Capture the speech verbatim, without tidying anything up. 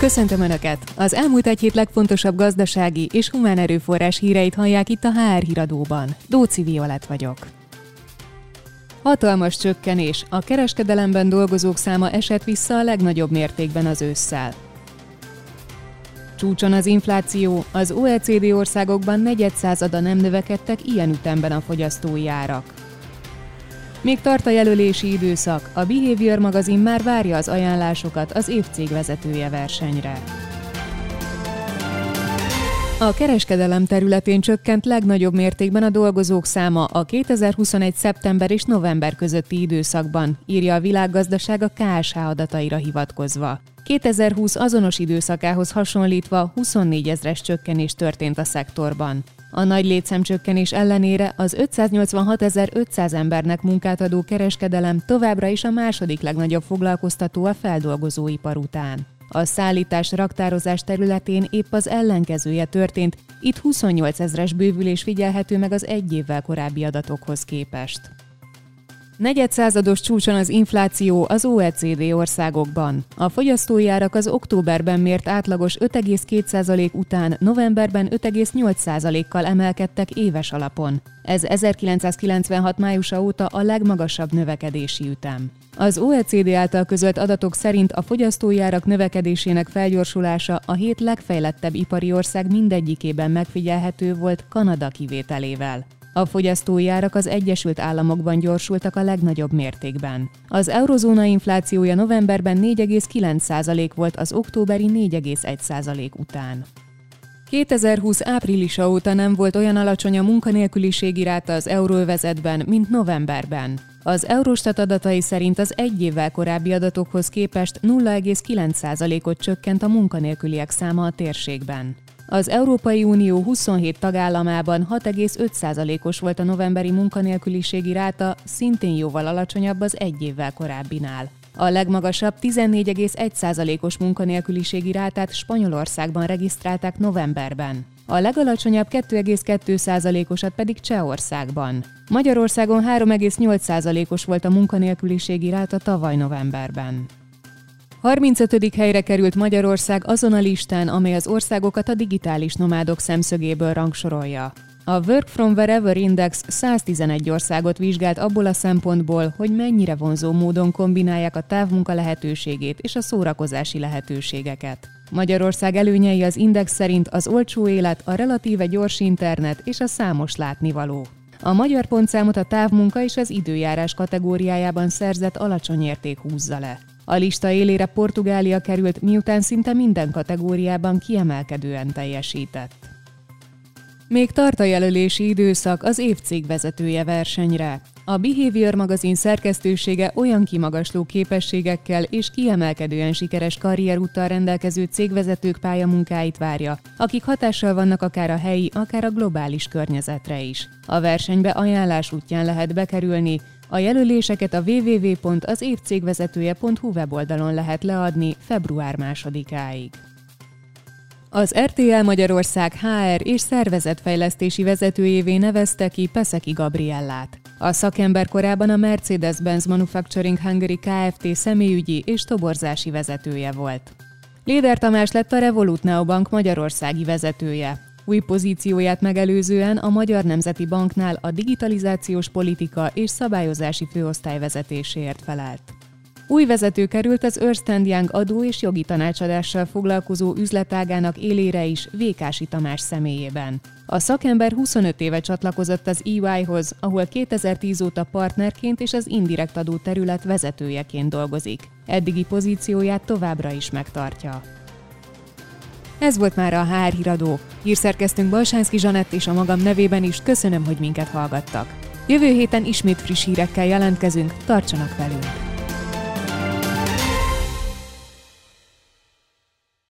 Köszöntöm Önöket! Az elmúlt egy hét legfontosabb gazdasági és humán erőforrás híreit hallják itt a há er Híradóban. Dóczy Violett vagyok. Hatalmas csökkenés, a kereskedelemben dolgozók száma esett vissza a legnagyobb mértékben az ősszel. Csúcson az infláció, az o e cé dé országokban negyedszázada nem növekedtek ilyen ütemben a fogyasztói árak. Még tart a jelölési időszak, a Behavior magazin már várja az ajánlásokat az év cégvezetője versenyre. A kereskedelem területén csökkent legnagyobb mértékben a dolgozók száma a kétezer-huszonegy. szeptember és november közötti időszakban, írja a Világgazdaság a ká es há adataira hivatkozva. kétezer-húsz azonos időszakához hasonlítva huszonnégyezres csökkenés történt a szektorban. A nagy létszámcsökkenés ellenére az ötszáznyolcvanhatezer-ötszáz embernek munkát adó kereskedelem továbbra is a második legnagyobb foglalkoztató a feldolgozóipar után. A szállítás raktározás területén épp az ellenkezője történt, itt huszonnyolcezres bővülés figyelhető meg az egy évvel korábbi adatokhoz képest. Negyedszázados csúcson az infláció az o e cé dé országokban. A fogyasztói árak az októberben mért átlagos öt egész két százalék után novemberben öt egész nyolc százalékkal emelkedtek éves alapon. Ez ezerkilencszázkilencvenhat májusa óta a legmagasabb növekedési ütem. Az o e cé dé által közölt adatok szerint a fogyasztói árak növekedésének felgyorsulása a hét legfejlettebb ipari ország mindegyikében megfigyelhető volt, Kanada kivételével. A fogyasztói árak az Egyesült Államokban gyorsultak a legnagyobb mértékben. Az eurozóna inflációja novemberben négy egész kilenc százalék volt az októberi négy egész egy százalék után. kétezer-húsz áprilisa óta nem volt olyan alacsony a munkanélküliségi ráta az euróövezetben, mint novemberben. Az Eurostat adatai szerint az egy évvel korábbi adatokhoz képest nulla egész kilenc százalékot csökkent a munkanélküliek száma a térségben. Az Európai Unió huszonhét tagállamában hat egész öt százalékos volt a novemberi munkanélküliségi ráta, szintén jóval alacsonyabb az egy évvel korábbinál. A legmagasabb tizennégy egész egy százalékos munkanélküliségi rátát Spanyolországban regisztrálták novemberben. A legalacsonyabb két egész kettő százalékosat pedig Csehországban. Magyarországon három egész nyolc százalékos volt a munkanélküliségi ráta tavaly novemberben. harmincötödik helyre került Magyarország azon a listán, amely az országokat a digitális nomádok szemszögéből rangsorolja. A Work from Wherever Index száztizenegy országot vizsgált abból a szempontból, hogy mennyire vonzó módon kombinálják a távmunka lehetőségét és a szórakozási lehetőségeket. Magyarország előnyei az index szerint az olcsó élet, a relatíve gyors internet és a számos látnivaló. A magyar pontszámot a távmunka és az időjárás kategóriájában szerzett alacsony érték húzza le. A lista élére Portugália került, miután szinte minden kategóriában kiemelkedően teljesített. Még tart a jelölési időszak az év cégvezetője versenyre. A Behavior magazin szerkesztősége olyan kimagasló képességekkel és kiemelkedően sikeres karrierúttal rendelkező cégvezetők pályamunkáit várja, akik hatással vannak akár a helyi, akár a globális környezetre is. A versenybe ajánlás útján lehet bekerülni, a jelöléseket a double-u double-u double-u pont az év cégvezetője pont hu weboldalon lehet leadni február másodikáig. Az er té el Magyarország há er és szervezetfejlesztési vezetőjévé nevezte ki Peszeki Gabriellát. A szakember korábban a Mercedes-Benz Manufacturing Hungary Kft. Személyügyi és toborzási vezetője volt. Léder Tamás lett a Revolut Neobank magyarországi vezetője. Új pozícióját megelőzően a Magyar Nemzeti Banknál a digitalizációs politika és szabályozási főosztály vezetéséért felelt. Új vezető került az Ernst and Young adó és jogi tanácsadással foglalkozó üzletágának élére is, Vékási Tamás személyében. A szakember huszonöt éve csatlakozott az é i-hoz, ahol kétezer-tíz óta partnerként és az indirekt adó terület vezetőjeként dolgozik. Eddigi pozícióját továbbra is megtartja. Ez volt már a há er Híradó. Hírszerkesztőnk Balsánszky Zsanett és a magam nevében is köszönöm, hogy minket hallgattak. Jövő héten ismét friss hírekkel jelentkezünk, tartsanak velünk!